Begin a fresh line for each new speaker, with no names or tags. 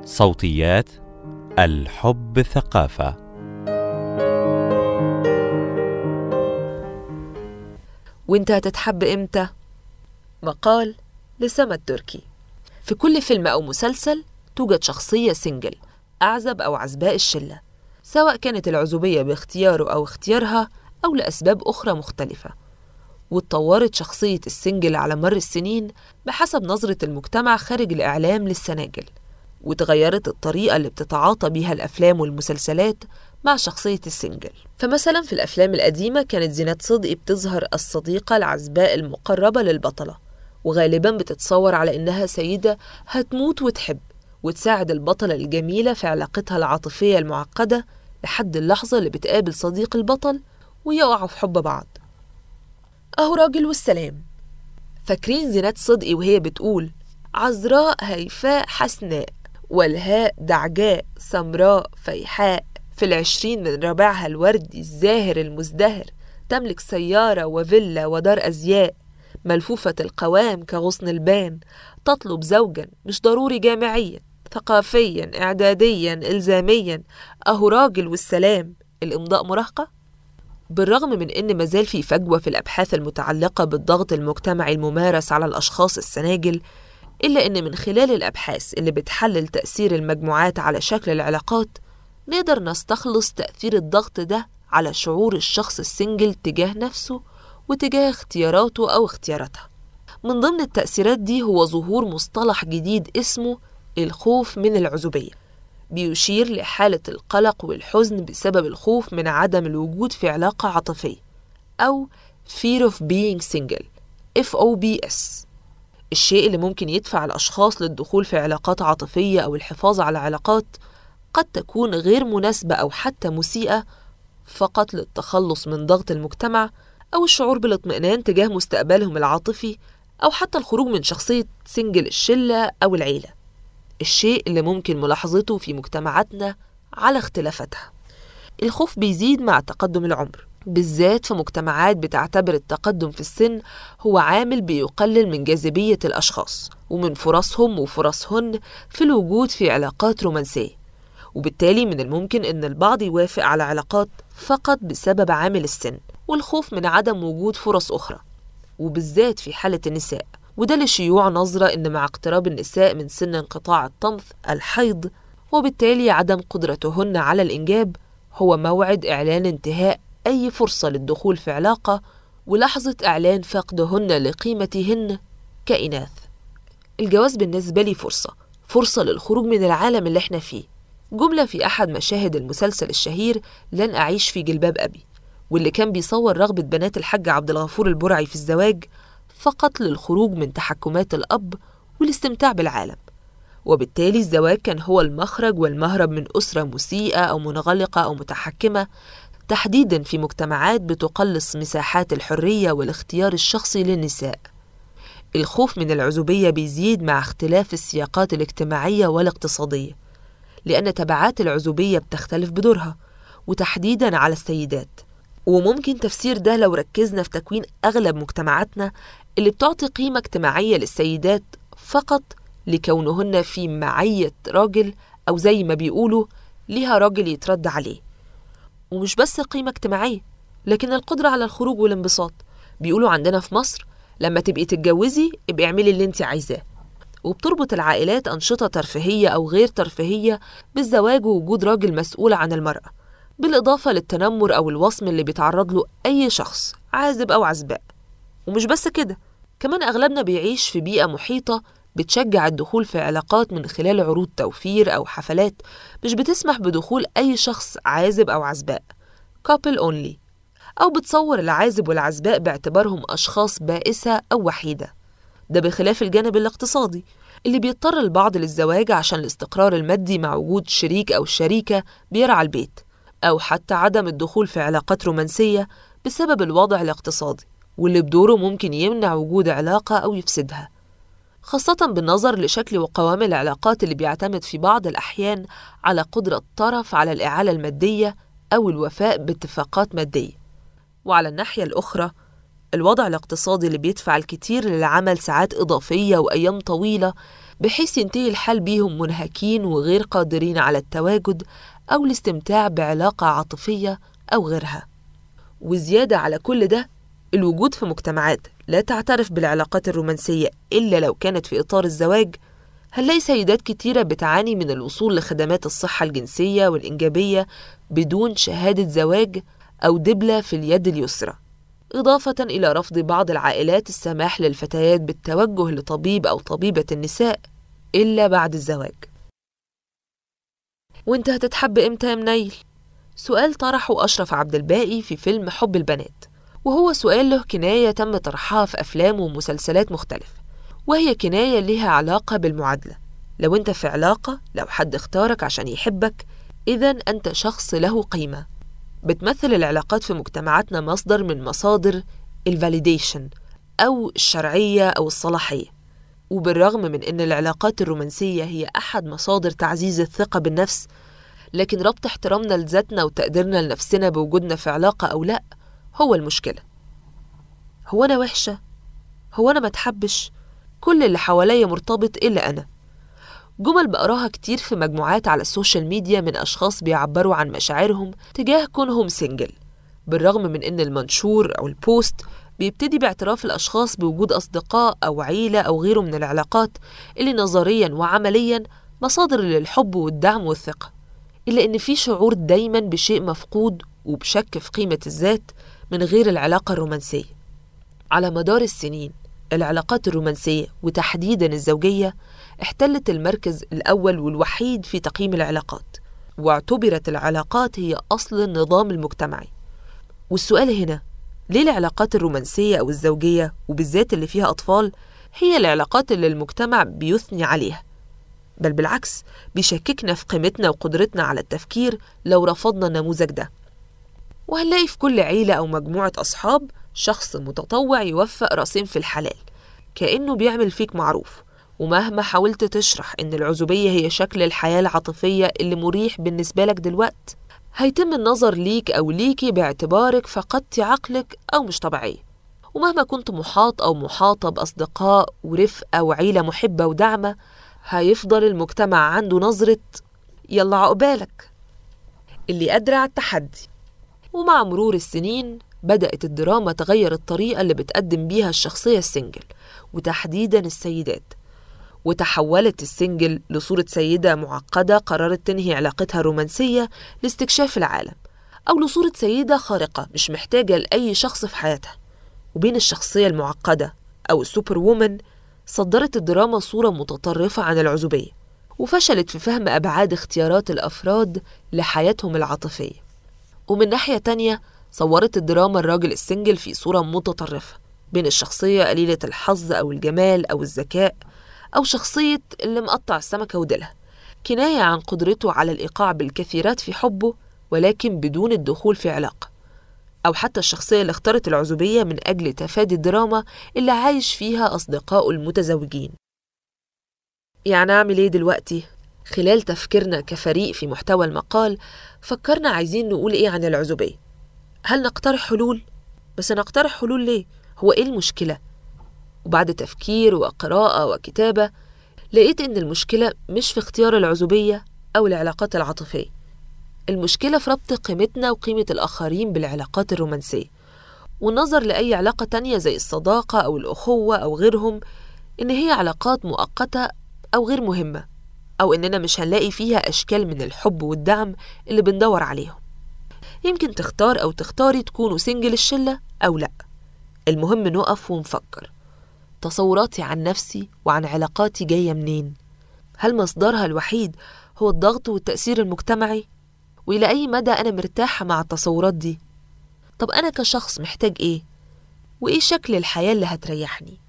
صوتيات الحب ثقافة.
وانت هتتحب امتى؟ مقال لسما التركي. في كل فيلم أو مسلسل توجد شخصية سنجل، أعزب أو عزباء الشلة، سواء كانت العزوبية باختياره أو اختيارها أو لأسباب أخرى مختلفة. واتطورت شخصية السنجل على مر السنين بحسب نظرة المجتمع خارج الإعلام للسناجل، وتغيرت الطريقة اللي بتتعاطى بيها الأفلام والمسلسلات مع شخصية السنجل. فمثلا في الأفلام القديمة كانت زينات صدقي بتظهر الصديقة العزباء المقربة للبطلة، وغالبا بتتصور على إنها سيدة هتموت وتحب وتساعد البطلة الجميلة في علاقتها العاطفية المعقدة لحد اللحظة اللي بتقابل صديق البطل ويقعوا في حب بعض. أهو راجل والسلام. فاكرين زينات صدقي وهي بتقول: عذراء هيفاء حسناء، والهاء دعجاء سمراء فيحاء، في 20 من ربيعها الوردي الزاهر المزدهر، تملك سيارة وفيلا ودار أزياء، ملفوفة القوام كغصن البان، تطلب زوجا مش ضروري جامعيا، ثقافيا إعداديا إلزاميا. أهو راجل والسلام. الإمضاء مراهقة؟ بالرغم من إن مازال في فجوة في الأبحاث المتعلقة بالضغط المجتمعي الممارس على الأشخاص السناجل، إلا إن من خلال الأبحاث اللي بتحلل تأثير المجموعات على شكل العلاقات نقدر نستخلص تأثير الضغط ده على شعور الشخص السنجل تجاه نفسه وتجاه اختياراته أو اختياراتها. من ضمن التأثيرات دي هو ظهور مصطلح جديد اسمه الخوف من العزوبية، بيشير لحالة القلق والحزن بسبب الخوف من عدم الوجود في علاقة عاطفية، أو Fear of being single FOBS. الشيء اللي ممكن يدفع الأشخاص للدخول في علاقات عاطفية أو الحفاظ على علاقات قد تكون غير مناسبة أو حتى مسيئة، فقط للتخلص من ضغط المجتمع أو الشعور بالاطمئنان تجاه مستقبلهم العاطفي، أو حتى الخروج من شخصية سنجل الشلة أو العيلة. الشيء اللي ممكن ملاحظته في مجتمعاتنا على اختلافاتها. الخوف بيزيد مع تقدم العمر، بالذات في مجتمعات بتعتبر التقدم في السن هو عامل بيقلل من جاذبية الأشخاص ومن فرصهم وفرصهن في الوجود في علاقات رومانسية، وبالتالي من الممكن أن البعض يوافق على علاقات فقط بسبب عامل السن والخوف من عدم وجود فرص أخرى، وبالذات في حالة النساء. وده لشيوع نظرة أن مع اقتراب النساء من سن انقطاع الطمث الحيض، وبالتالي عدم قدرتهن على الإنجاب، هو موعد إعلان انتهاء أي فرصة للدخول في علاقة ولحظة إعلان فقدهن لقيمتهن كإناث. الجواز بالنسبة لي فرصة للخروج من العالم اللي احنا فيه. جملة في أحد مشاهد المسلسل الشهير لن أعيش في جلباب أبي، واللي كان بيصور رغبة بنات الحاج عبد الغفور البرعي في الزواج فقط للخروج من تحكمات الأب والاستمتاع بالعالم. وبالتالي الزواج كان هو المخرج والمهرب من أسرة مسيئة أو منغلقة أو متحكمة، تحديداً في مجتمعات بتقلص مساحات الحرية والاختيار الشخصي للنساء. الخوف من العزوبية بيزيد مع اختلاف السياقات الاجتماعية والاقتصادية، لأن تبعات العزوبية بتختلف بدورها، وتحديداً على السيدات. وممكن تفسير ده لو ركزنا في تكوين أغلب مجتمعاتنا اللي بتعطي قيمة اجتماعية للسيدات فقط لكونهن في معية راجل، أو زي ما بيقولوا ليها راجل يترد عليه. ومش بس قيمة اجتماعية، لكن القدرة على الخروج والانبساط. بيقولوا عندنا في مصر لما تبقي تتجوزي ابقي اعملي اللي انت عايزاه. وبتربط العائلات أنشطة ترفيهية أو غير ترفيهية بالزواج ووجود راجل مسؤول عن المرأة، بالإضافة للتنمر أو الوصم اللي بيتعرض له أي شخص عازب أو عزباء. ومش بس كده، كمان أغلبنا بيعيش في بيئة محيطة بتشجع الدخول في علاقات من خلال عروض توفير أو حفلات مش بتسمح بدخول أي شخص عازب أو عزباء couple only، أو بتصور العازب والعزباء باعتبارهم أشخاص بائسة أو وحيدة. ده بخلاف الجانب الاقتصادي اللي بيضطر البعض للزواج عشان الاستقرار المادي مع وجود شريك أو شريكة بيرعى البيت، أو حتى عدم الدخول في علاقات رومانسية بسبب الوضع الاقتصادي، واللي بدوره ممكن يمنع وجود علاقة أو يفسدها، خاصة بالنظر لشكل وقوام العلاقات اللي بيعتمد في بعض الأحيان على قدرة الطرف على الإعالة المادية أو الوفاء باتفاقات مادية. وعلى الناحية الأخرى، الوضع الاقتصادي اللي بيدفع الكثير للعمل ساعات إضافية وأيام طويلة بحيث ينتهي الحال بيهم منهكين وغير قادرين على التواجد أو الاستمتاع بعلاقة عاطفية أو غيرها. وزيادة على كل ده، الوجود في مجتمعات لا تعترف بالعلاقات الرومانسية إلا لو كانت في إطار الزواج، هنلاقي سيدات كتيرة بتعاني من الوصول لخدمات الصحة الجنسية والإنجابية بدون شهادة زواج أو دبلة في اليد اليسرى، إضافة إلى رفض بعض العائلات السماح للفتيات بالتوجه لطبيب أو طبيبة النساء إلا بعد الزواج. وانت هتتحب إمتى يا منيل؟ سؤال طرحه أشرف عبد الباقي في فيلم حب البنات، وهو سؤال له كناية تم طرحها في أفلام ومسلسلات مختلفة، وهي كناية لها علاقة بالمعادلة. لو انت في علاقة، لو حد اختارك عشان يحبك، إذن أنت شخص له قيمة. بتمثل العلاقات في مجتمعاتنا مصدر من مصادر الفاليديشن أو الشرعية أو الصلاحية. وبالرغم من أن العلاقات الرومانسية هي أحد مصادر تعزيز الثقة بالنفس، لكن ربط احترامنا لذاتنا وتقديرنا لنفسنا بوجودنا في علاقة أو لأ هو المشكلة. هو أنا وحشة؟ هو أنا ما تحبش؟ كل اللي حواليا مرتبط إلا أنا. جمل بقراها كتير في مجموعات على السوشيال ميديا من أشخاص بيعبروا عن مشاعرهم تجاه كونهم سنجل، بالرغم من أن المنشور أو البوست بيبتدي باعتراف الأشخاص بوجود أصدقاء أو عيلة أو غيره من العلاقات اللي نظرياً وعملياً مصادر للحب والدعم والثقة، إلا أن في شعور دايماً بشيء مفقود وبشك في قيمة الذات من غير العلاقة الرومانسية. على مدار السنين العلاقات الرومانسية وتحديداً الزوجية احتلت المركز الأول والوحيد في تقييم العلاقات، واعتبرت العلاقات هي أصل النظام المجتمعي. والسؤال هنا، ليه العلاقات الرومانسية أو الزوجية وبالذات اللي فيها أطفال هي العلاقات اللي المجتمع بيثني عليها، بل بالعكس بيشككنا في قيمتنا وقدرتنا على التفكير لو رفضنا النموذج ده؟ وهنلاقي في كل عيلة أو مجموعة أصحاب شخص متطوع يوفق راسين في الحلال، كأنه بيعمل فيك معروف، ومهما حاولت تشرح إن العزوبية هي شكل الحياة العاطفية اللي مريح بالنسبة لك دلوقت، هيتم النظر ليك أو ليكي باعتبارك فقدتي عقلك أو مش طبيعية. ومهما كنت محاط أو محاطة بأصدقاء ورفقة وعيلة محبة وداعمة، هيفضل المجتمع عنده نظرة يلا عقبالك اللي قادرة على التحدي. ومع مرور السنين بدأت الدراما تغير الطريقة اللي بتقدم بيها الشخصية السنجل وتحديداً السيدات، وتحولت السنجل لصورة سيدة معقدة قررت تنهي علاقتها الرومانسية لاستكشاف العالم، أو لصورة سيدة خارقة مش محتاجة لأي شخص في حياتها. وبين الشخصية المعقدة أو السوبر وومن صدرت الدراما صورة متطرفة عن العزوبية، وفشلت في فهم أبعاد اختيارات الأفراد لحياتهم العاطفية. ومن ناحية تانية صورت الدراما الراجل السنجل في صورة متطرفة بين الشخصية قليلة الحظ أو الجمال أو الذكاء، أو شخصية اللي مقطع السمكة وديلها، كناية عن قدرته على الإيقاع بالكثيرات في حبه ولكن بدون الدخول في علاقة، أو حتى الشخصية اللي اختارت العزوبية من أجل تفادي الدراما اللي عايش فيها أصدقائه المتزوجين. يعني أعمل إيه دلوقتي؟ خلال تفكيرنا كفريق في محتوى المقال فكرنا عايزين نقول إيه عن العزوبية. هل نقترح حلول؟ بس نقترح حلول ليه؟ هو إيه المشكلة؟ وبعد تفكير وقراءة وكتابة لقيت إن المشكلة مش في اختيار العزوبية أو العلاقات العاطفية، المشكلة في ربط قيمتنا وقيمة الآخرين بالعلاقات الرومانسية، والنظر لأي علاقة تانية زي الصداقة أو الأخوة أو غيرهم إن هي علاقات مؤقتة أو غير مهمة، أو إننا مش هنلاقي فيها أشكال من الحب والدعم اللي بندور عليهم. يمكن تختار أو تختاري تكونوا سنجل الشلة أو لأ، المهم نقف ونفكر، تصوراتي عن نفسي وعن علاقاتي جاية منين؟ هل مصدرها الوحيد هو الضغط والتأثير المجتمعي؟ وإلى أي مدى أنا مرتاحة مع التصورات دي؟ طب أنا كشخص محتاج إيه؟ وإيه شكل الحياة اللي هتريحني؟